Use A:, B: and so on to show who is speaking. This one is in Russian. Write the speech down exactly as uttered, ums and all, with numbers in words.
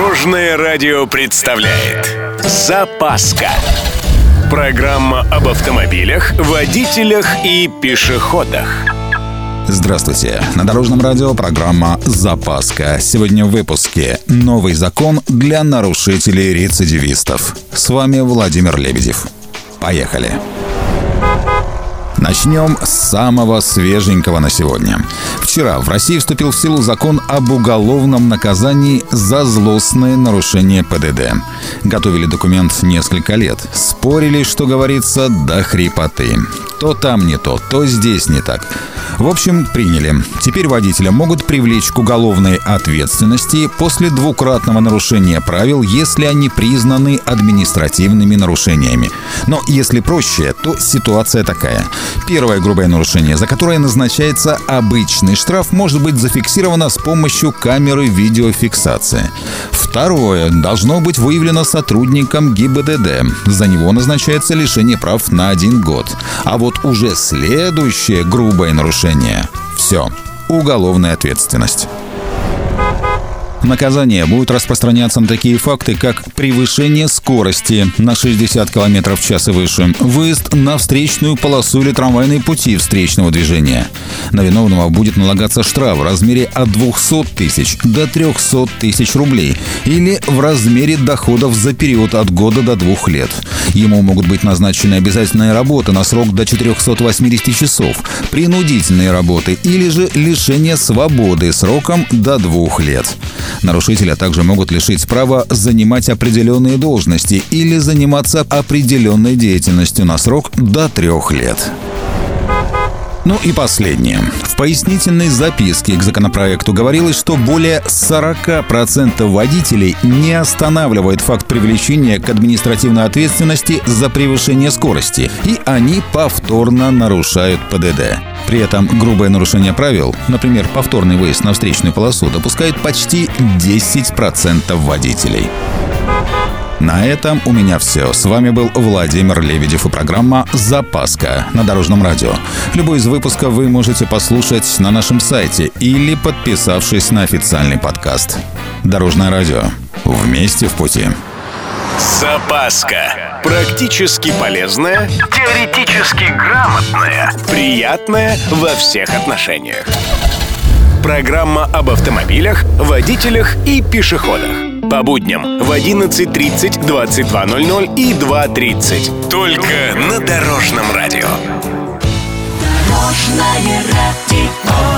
A: Дорожное радио представляет «Запаска». Программа об автомобилях, водителях и пешеходах.
B: Здравствуйте! На Дорожном радио программа «Запаска». Сегодня в выпуске новый закон для нарушителей-рецидивистов. С вами Владимир Лебедев. Поехали! Начнем с самого свеженького на сегодня. Вчера в России вступил в силу закон об уголовном наказании за злостное нарушение ПДД. Готовили документ несколько лет. Спорили, что говорится, до хрипоты. То там не то, то здесь не так. В общем, приняли. Теперь водителя могут привлечь к уголовной ответственности после двукратного нарушения правил, если они признаны административными нарушениями. Но если проще, то ситуация такая. Первое грубое нарушение, за которое назначается обычный штраф, может быть зафиксировано с помощью камеры видеофиксации. Второе должно быть выявлено сотрудником ГИБДД. За него назначается лишение прав на один год. А вот уже следующее грубое нарушение – все, уголовная ответственность. Наказание будет распространяться на такие факты, как превышение скорости на шестьдесят километров в час и выше, выезд на встречную полосу или трамвайные пути встречного движения. На виновного будет налагаться штраф в размере от двухсот тысяч до трехсот тысяч рублей или в размере доходов за период от года до двух лет. Ему могут быть назначены обязательная работа на срок до четырехсот восьмидесяти часов, принудительные работы или же лишение свободы сроком до двух лет. Нарушителя также могут лишить права занимать определенные должности или заниматься определенной деятельностью на срок до трех лет. Ну и последнее. В пояснительной записке к законопроекту говорилось, что более сорока процентов водителей не останавливают факт привлечения к административной ответственности за превышение скорости, и они повторно нарушают ПДД. При этом грубое нарушение правил, например, повторный выезд на встречную полосу, допускает почти десять процентов водителей. На этом у меня все. С вами был Владимир Лебедев и программа «Запаска» на Дорожном радио. Любой из выпусков вы можете послушать на нашем сайте или подписавшись на официальный подкаст. Дорожное радио. Вместе в пути.
A: Запаска. Практически полезная, теоретически грамотная, приятная во всех отношениях. Программа об автомобилях, водителях и пешеходах. По будням в одиннадцать тридцать, двадцать два ноль ноль и два тридцать. Только на Дорожном радио.
C: Дорожное радио.